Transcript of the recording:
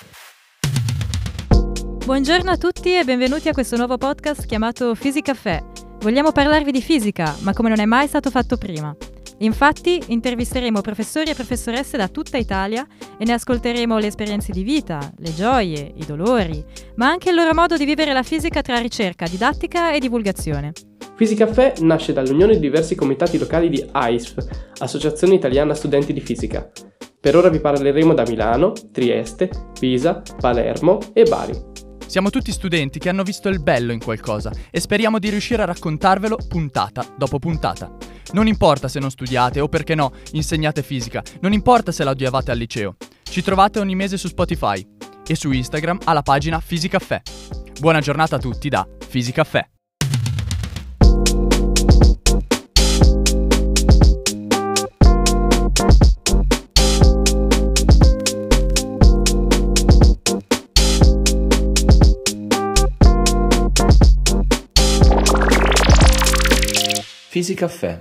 Buongiorno a tutti e benvenuti a questo nuovo podcast chiamato Fisicaffè. Vogliamo parlarvi di fisica, ma come non è mai stato fatto prima. Infatti, intervisteremo professori e professoresse da tutta Italia e ne ascolteremo le esperienze di vita, le gioie, i dolori, ma anche il loro modo di vivere la fisica tra ricerca, didattica e divulgazione. Fisicaffè nasce dall'unione di diversi comitati locali di AISF, Associazione Italiana Studenti di Fisica. Per ora vi parleremo da Milano, Trieste, Pisa, Palermo e Bari. Siamo tutti studenti che hanno visto il bello in qualcosa e speriamo di riuscire a raccontarvelo puntata dopo puntata. Non importa se non studiate o, perché no, insegnate fisica, non importa se la odiavate al liceo. Ci trovate ogni mese su Spotify e su Instagram alla pagina Fisicaffè. Buona giornata a tutti da Fisicaffè. Fisicaffè.